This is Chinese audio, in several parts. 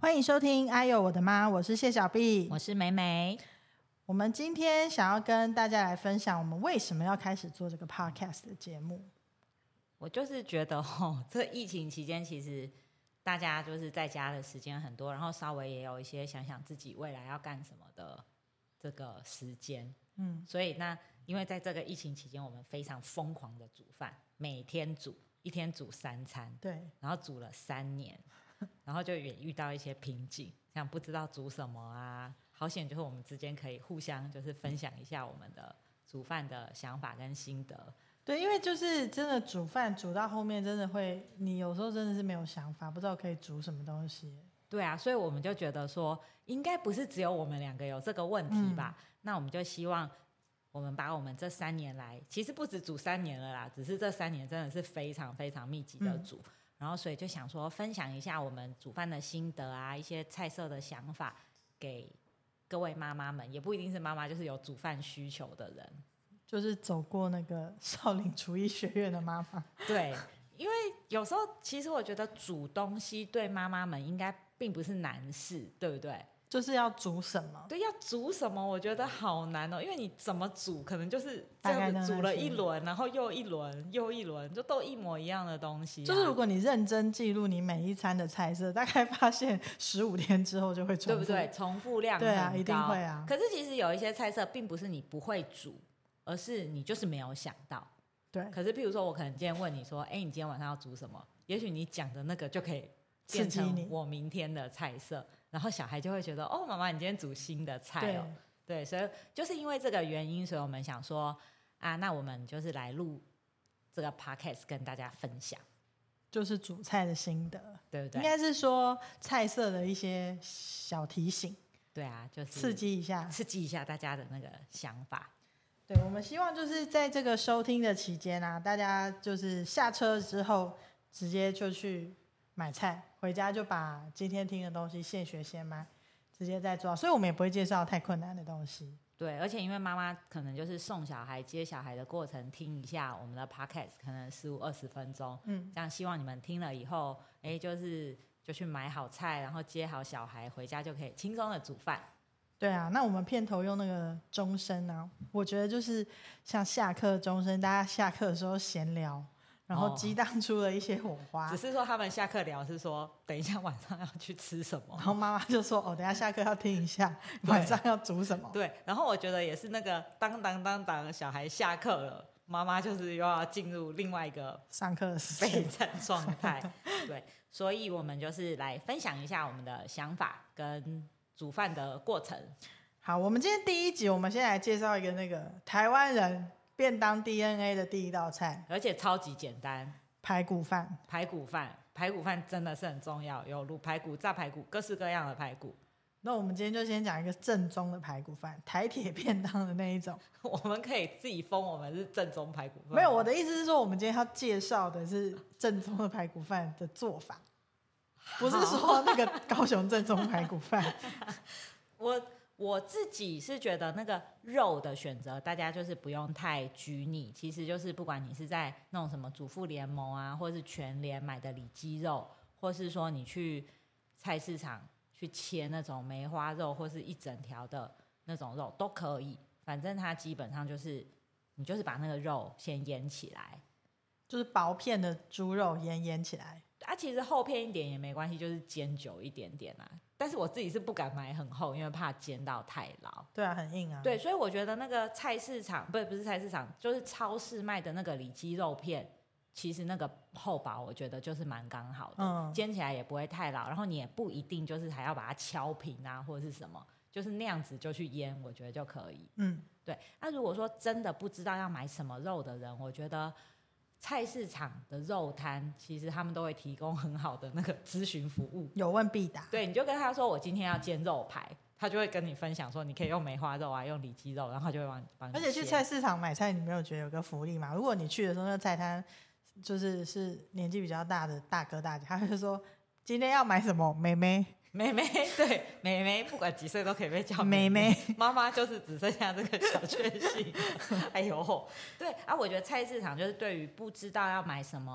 欢迎收听哎呦我的妈，我是谢小碧， 我是美美。 我们今天想要跟大家来分享我们为什么要开始做这个 podcast 的节目。 我就是觉得这疫情期间其实大家就是在家的时间很多，然后稍微也有一些想想自己未来要干什么的这个时间。所以那因为在这个疫情期间我们非常疯狂的煮饭，每天煮，一天煮3餐， 对， 然后煮了3年，然后就也遇到一些瓶颈，像不知道煮什么啊，好险就是我们之间可以互相就是分享一下我们的煮饭的想法跟心得。 对，因为就是真的煮饭煮到后面真的会，你有时候真的是没有想法，不知道可以煮什么东西。 对啊，所以我们就觉得说应该不是只有我们2个有这个问题吧。那我们就希望我们把我们这3年来，其实不止煮3年了啦，只是这3年真的是非常非常密集的煮，然后所以就想说分享一下我们煮饭的心得啊，一些菜色的想法给各位妈妈们，也不一定是妈妈，就是有煮饭需求的人， 就是走过那个少林厨艺学院的妈妈。 对，因为有时候其实我觉得煮东西对妈妈们应该并不是难事，对不对？ 就是要煮什么？ 对，要煮什么我觉得好难哦，因为你怎么煮可能就是这样子煮了一轮，然后又一轮又一轮，就都一模一样的东西就是如果你认真记录你每一餐的菜色，大概发现15天之后就会重复， 对不对？重复量很高， 对啊，一定会啊。 可是其实有一些菜色并不是你不会煮，而是你就是没有想到。 对， 可是譬如说我可能今天问你说你今天晚上要煮什么，也许你讲的那个就可以变成我明天的菜色，然后小孩就会觉得妈妈你今天煮新的菜哦。 对，所以就是因为这个原因，所以我们想说那我们就是来录这个 podcast 跟大家分享， 就是煮菜的心得， 对不对？ 应该是说菜色的一些小提醒。 对啊，就是刺激一下大家的那个想法。 对，我们希望就是在这个收听的期间大家就是下车之后直接就去买菜，回家就把今天听的东西现学现卖，直接再做，所以我们也不会介绍太困难的东西。 对，而且因为妈妈可能就是送小孩接小孩的过程听一下我们的 podcast， 可能15-20分钟，这样希望你们听了以后就去买好菜，然后接好小孩回家就可以轻松的煮饭。 对啊，那我们片头用那个钟声我觉得就是像下课钟声，大家下课的时候闲聊，然后激荡出了一些火花。 只是说他们下课聊是说等一下晚上要去吃什么， 然后妈妈就说等一下下课要听一下晚上要煮什么。 对，然后我觉得也是那个当当当当小孩下课了，妈妈就是又要进入另外一个上课的时备战状态。对，所以我们就是来分享一下我们的想法跟煮饭的过程。 好，我们今天第1集我们先来介绍一个那个台湾人便当 DNA 的第一道菜， 而且超级简单， 排骨饭。 排骨饭真的是很重要，有卤排骨、炸排骨，各式各样的排骨。 那我们今天就先讲一个正宗的排骨饭，台铁便当的那一种。 我们可以自己封我们是正宗排骨饭。 没有，我的意思是说我们今天要介绍的是正宗的排骨饭的做法，不是说那个高雄正宗排骨饭。 我自己是觉得那个肉的选择大家就是不用太拘泥，其实就是不管你是在那种什么主妇联盟啊，或是全联买的里脊肉，或是说你去菜市场去切那种梅花肉或是一整条的那种肉都可以，反正它基本上就是你就是把那个肉先腌起来， 就是薄片的猪肉腌起来其实厚片一点也没关系，就是煎久一点点但是我自己是不敢买很厚，因为怕煎到太老。 对啊，很硬对，所以我觉得那个菜市场不是菜市场，就是超市卖的那个里脊肉片，其实那个厚薄我觉得就是蛮刚好的，煎起来也不会太老，然后你也不一定就是还要把它敲平或者是什么，就是那样子就去腌，我觉得就可以。对。那如果说真的不知道要买什么肉的人，我觉得菜市场的肉摊其实他们都会提供很好的那个咨询服务， 有问必答。 对，你就跟他说我今天要煎肉排，他就会跟你分享说你可以用梅花肉用里脊肉，然后他就会帮你切。 而且去菜市场买菜，你没有觉得有个福利吗？如果你去的时候那个菜摊是年纪比较大的大哥大姐，他就说今天要买什么妹妹， 对，妹妹不管几岁都可以被叫妹妹， 妈妈就是只剩下这个小确幸。哎呦，对我觉得菜市场就是对于不知道要买什么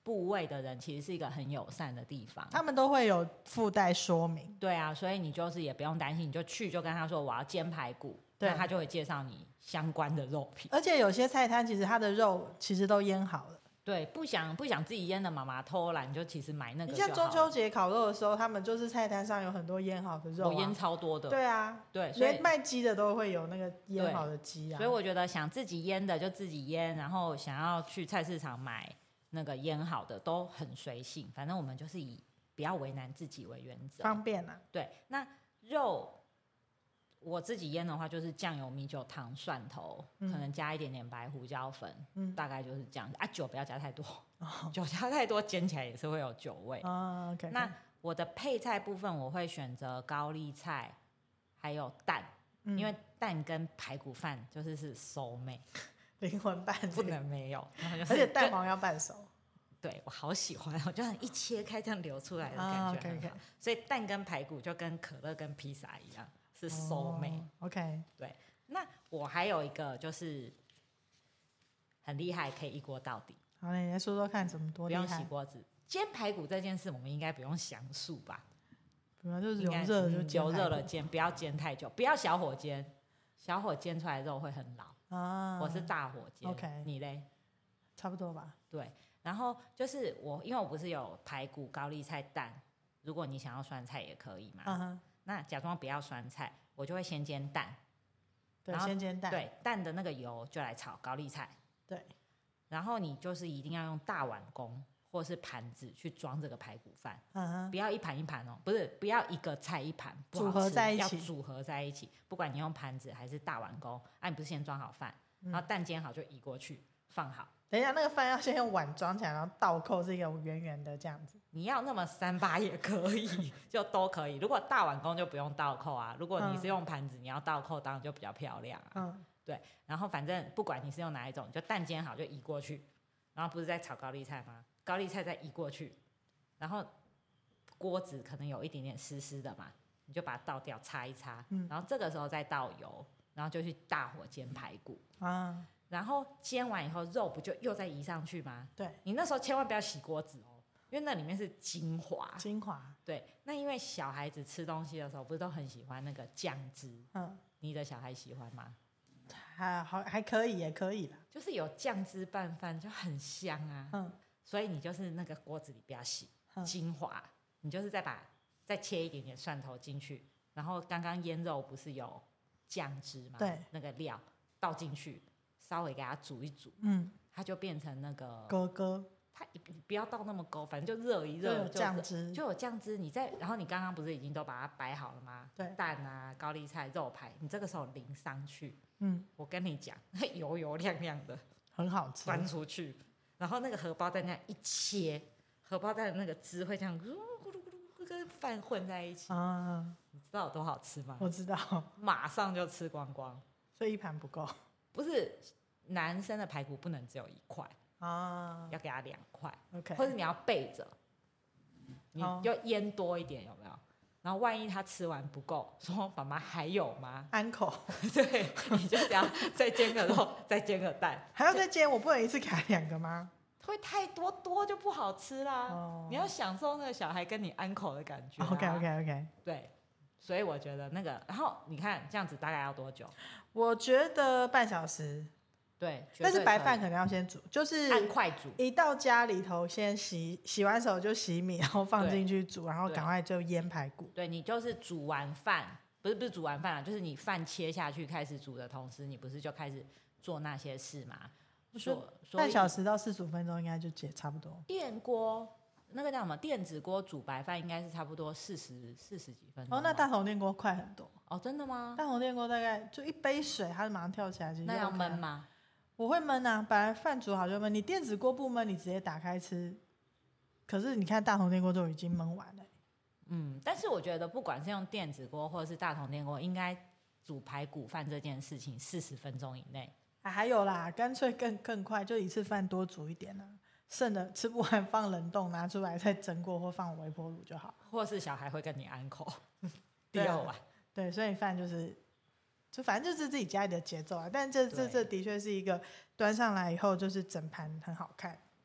部位的人其实是一个很友善的地方， 他们都会有附带说明。 对啊，所以你就是也不用担心，你就去就跟他说我要煎排骨，那他就会介绍你相关的肉品。 而且有些菜摊其实它的肉其实都腌好了。 对，不想自己腌的妈妈偷懒，就其实买那个就好了。 你像中秋节烤肉的时候，他们就是菜摊上有很多腌好的肉、 腌超多的。 对啊， 对， 连卖鸡的都会有那个腌好的鸡啊。 所以我觉得想自己腌的就自己腌，然后想要去菜市场买那个腌好的都很随性，反正我们就是以不要为难自己为原则， 方便啊。 对，那肉我自己腌的话，就是酱油、米酒、糖、蒜头，可能加一点点白胡椒粉，大概就是这样啊。酒不要加太多，酒加太多煎起来也是会有酒味。 OK。 那我的配菜部分，我会选择高丽菜，还有蛋，因为蛋跟排骨饭就是soul mate， 灵魂伴侣， 不能没有。而且蛋黄要半熟。 对，我好喜欢，我就一切开这样流出来的感觉很好。所以蛋跟排骨就跟可乐跟披萨一样。是soul mate。OK。对，那我还有一个就是很厉害，可以一锅到底。 好，你来说说看怎么多厉害。 不用洗锅子。煎排骨这件事，我们应该不用详述吧？ 不用，就是油热就煎。 油热了煎，不要煎太久，不要小火煎，小火煎出来的肉会很老。我是大火煎。 OK。 你嘞？ 差不多吧。 对，然后就是因为我不是有排骨、高丽菜、蛋，如果你想要酸菜也可以嘛。那假装不要酸菜，我就会先煎蛋。 对，先煎蛋。 对，蛋的那个油就来炒高丽菜。 对， 然后你就是一定要用大碗公或是盘子去装这个排骨饭。不要一盘一盘哦，不是，不要一个菜一盘， 组合在一起， 要组合在一起。不管你用盘子还是大碗公，你不是先装好饭，然后蛋煎好就移过去放好。 等一下，那个饭要先用碗装起来，然后倒扣是一个圆圆的这样子。 你要那么3-8也可以，就都可以。如果大碗公就不用倒扣啊，如果你是用盘子，你要倒扣，当然就比较漂亮啊。对。然后反正不管你是用哪一种，就蛋煎好就移过去，然后不是在炒高丽菜吗？高丽菜再移过去，然后锅子可能有一点点湿湿的嘛，你就把它倒掉，擦一擦，然后这个时候再倒油，然后就去大火煎排骨啊。然后煎完以后，肉不就又再移上去吗？ 对， 你那时候千万不要洗锅子哦，因为那里面是精华。 精华。 对，那因为小孩子吃东西的时候，不是都很喜欢那个酱汁？你的小孩喜欢吗？ 还可以，也可以啦。 就是有酱汁拌饭就很香啊。所以你就是那个锅子里不要洗，精华，你就是再切一点点蒜头进去，然后刚刚腌肉不是有酱汁吗？ 对， 那个料倒进去。稍微给它煮一煮，它就变成那个勾， 它不要倒那么勾，反正就热一热， 就有酱汁， 就有酱汁。然后你刚刚不是已经都把它摆好了吗？ 对， 蛋啊、高丽菜、肉排，你这个时候淋上去，我跟你讲，油亮亮的， 很好吃， 端出去，然后那个荷包蛋这样一切，荷包蛋的那个汁会这样咕噜咕噜跟饭混在一起啊，你知道有多好吃吗？ 我知道， 马上就吃光光， 所以一盘不够。 不是，男生的排骨不能只有1块啊，要给他2块 ，OK， 或者你要备着，你就腌多一点，有没有？然后万一他吃完不够，说妈妈还有吗？ 安口， 对，你就只要再煎个肉，再煎个蛋， 还要再煎，我不能一次给他2个吗？ 会太多就不好吃啦。你要享受那个小孩跟你安口的感觉。 OK， 对。所以我觉得那个，然后你看这样子大概要多久？ 我觉得半小时。 对， 但是白饭可能要先煮，就是按快煮。 一到家里头先洗完手就洗米，然后放进去煮，然后赶快就腌排骨。 对，你就是煮完饭，不是煮完饭啊，就是你饭切下去开始煮的同时，你不是就开始做那些事吗？ 半小时到45分钟应该就差不多。 电锅。那个叫什么电子锅煮白饭应该是差不多40几分钟。 那大同电锅快很多。 真的吗？ 大同电锅大概就一杯水，它马上跳起来。 那要焖吗？ 我会焖啊，本来饭煮好就焖。你电子锅不焖，你直接打开吃。可是你看大同电锅都已经焖完了。 但是我觉得不管是用电子锅或者是大同电锅，应该煮排骨饭这件事情40分钟以内。 还有啦，干脆更快，就一次饭多煮一点啊。剩的吃不完放冷冻，拿出来再蒸过或放微波炉就好。 或是小孩会跟你安口第2碗。 对，所以饭就反正就是自己家里的节奏啊。但这的确是一个端上来以后就是整盘很好看。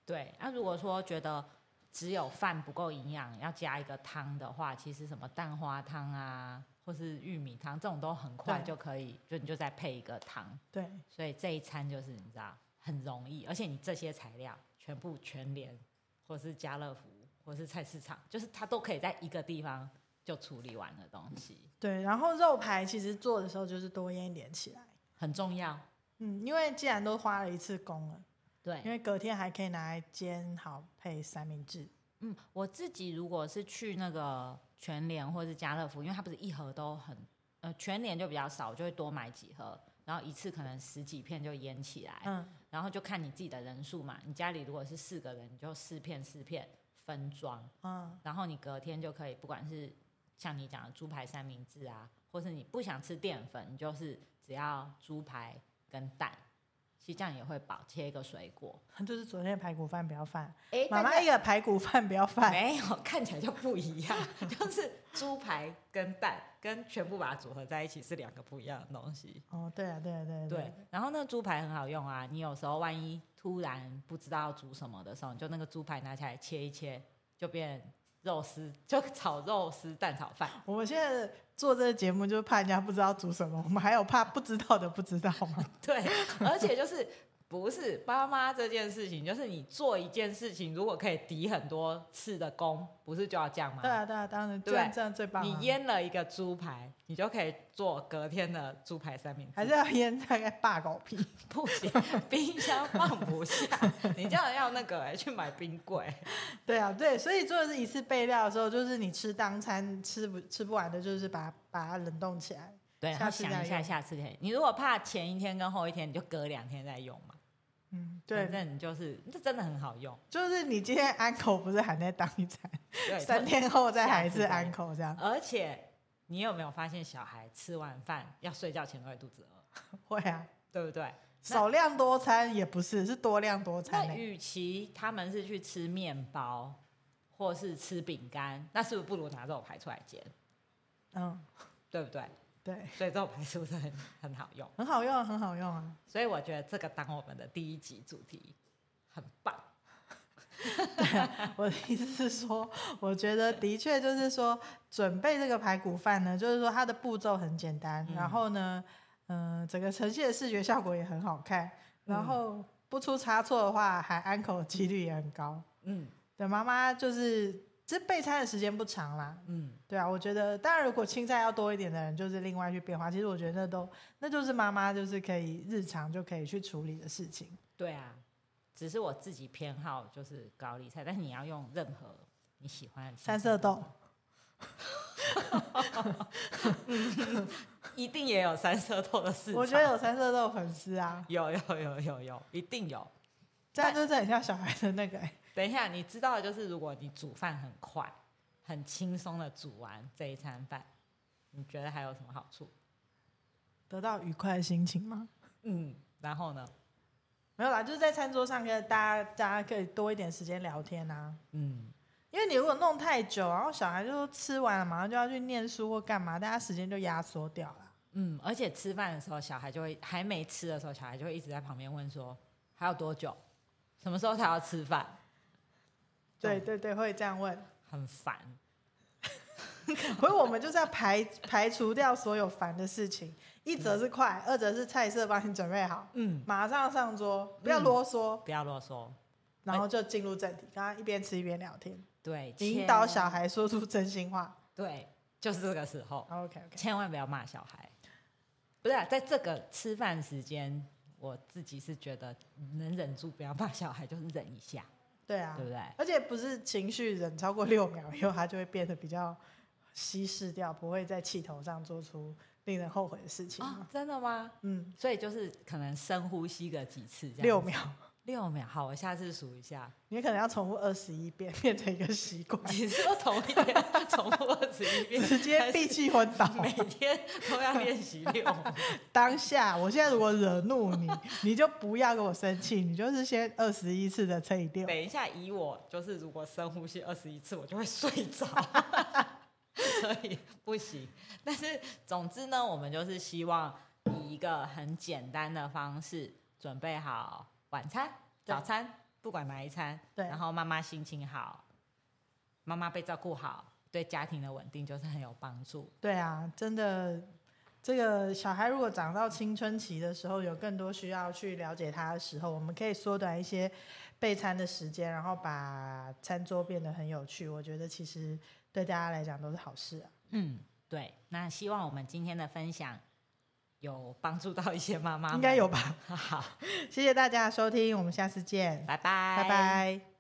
对，那如果说觉得只有饭不够营养，要加一个汤的话，其实什么蛋花汤啊，或是玉米汤这种都很快就可以，就你就再配一个汤。 对， 所以这一餐就是你知道很容易，而且你这些材料全部全联或是家乐福或是菜市场，就是它都可以在一个地方就处理完的东西。 对，然后肉排其实做的时候就是多腌一点起来， 很重要。 因为既然都花了一次工了， 对， 因为隔天还可以拿来煎好配三明治。 我自己如果是去那个全联或是家乐福，因为它不是一盒都很，全联就比较少，我就会多买几盒，然后一次可能10几片就腌起来，然后就看你自己的人数嘛，你家里如果是4个人，你就4片分装，然后你隔天就可以，不管是像你讲的猪排三明治啊，或是你不想吃淀粉，你就是只要猪排跟蛋。其实这样也会饱，切一个水果， 就是昨天的排骨饭不要饭，妈妈一个排骨饭不要饭， 没有，看起来就不一样，就是猪排跟蛋跟全部把它组合在一起是2个不一样的东西。 对啊，对。 然后那个猪排很好用啊，你有时候万一突然不知道要煮什么的时候，你就那个猪排拿起来切一切，就变肉丝，就炒肉丝蛋炒饭。 我们现在做这个节目就是怕人家不知道煮什么，我们还有怕不知道的不知道吗？ 对，而且就是不是妈妈这件事情，就是你做一件事情，如果可以抵很多次的工，不是就要这样吗？ 对啊，当然，这样最棒。 你腌了一个猪排，你就可以做隔天的猪排三明治。 还是要腌大概8狗皮？ 不行，冰箱放不下，你这样要那个去买冰柜。 对啊，对，所以做的是一次备料的时候，就是你吃当餐吃不完的，就是把它冷冻起来。 对，然后想一下下次可以。你如果怕前一天跟后一天，你就隔2天再用嘛。 对， 反正你就是这真的很好用。 就是你今天安口不是含在当一餐，3天后再含一次安口这样。 而且你有没有发现小孩吃完饭要睡觉前都会肚子饿？ 会啊， 对不对？ 少量多餐也不是多量多餐。 那与其他们是去吃面包或是吃饼干，那是不是不如拿肉排出来煎？对不对？对，所以肉排是不是很好用？ 很好用，很好用啊！ 所以我觉得这个当我们的第1集主题很棒。 对啊，我的意思是说，我觉得的确就是说，准备这个排骨饭呢，就是说它的步骤很简单，然后呢，整个呈现的视觉效果也很好看，然后不出差错的话，还安口的几率也很高。对，妈妈就是这备餐的时间不长啦。对啊，我觉得当然如果青菜要多一点的人，就是另外去变化。其实我觉得那就是妈妈就是可以日常就可以去处理的事情。 对啊。只是我自己偏好就是高丽菜，但是你要用任何你喜欢的三色豆， 一定也有三色豆的市场。 我觉得有三色豆粉丝啊， 有，一定有。 这样就是很像小孩的那个。 等一下，你知道的就是，如果你煮饭很快、很轻松的煮完这一餐饭，你觉得还有什么好处？ 得到愉快的心情吗？ 然后呢？ 没有啦，就是在餐桌上跟大家可以多一点时间聊天啊。因为你如果弄太久，然后小孩就吃完了，马上就要去念书或干嘛，大家时间就压缩掉了。 而且吃饭的时候，小孩就会还没吃的时候，小孩就会一直在旁边问说还有多久，什么时候才要吃饭？ 对，会这样问， 很烦。 所以我们就是要排除掉所有烦的事情，一则是快，二则是菜色帮你准备好，马上上桌，不要啰嗦，然后就进入正题，刚刚一边吃一边聊天， 对， 引导小孩说出真心话， 对，就是这个时候 ，OK， 千万不要骂小孩，不是在这个吃饭时间，我自己是觉得能忍住不要骂小孩，就是忍一下， 对啊， 对不对？ 而且不是情绪忍超过6秒以后，他就会变得比较稀释掉，不会在气头上做出令人后悔的事情。 真的吗？所以就是可能深呼吸个几次这样。6秒， 好，我下次数一下。 你可能要重复21遍，变成一个习惯。 你说同一天重复21遍， 直接闭气昏倒， 每天都要练习6秒。 当下，我现在如果惹怒你，你就不要跟我生气，你就是先21次的乘以6。 等一下，以我就是如果深呼吸21次，我就会睡着。所以不行，但是总之呢，我们就是希望以一个很简单的方式准备好晚餐、早餐， 不管哪一餐， 对， 然后妈妈心情好，妈妈被照顾好，对家庭的稳定就是很有帮助。 对啊，真的，这个小孩如果长到青春期的时候，有更多需要去了解他的时候，我们可以缩短一些备餐的时间，然后把餐桌变得很有趣。我觉得其实对大家来讲都是好事啊。 对。那希望我们今天的分享有帮助到一些妈妈们， 应该有吧？ 好， 谢谢大家的收听，我们下次见， 拜拜， 拜拜。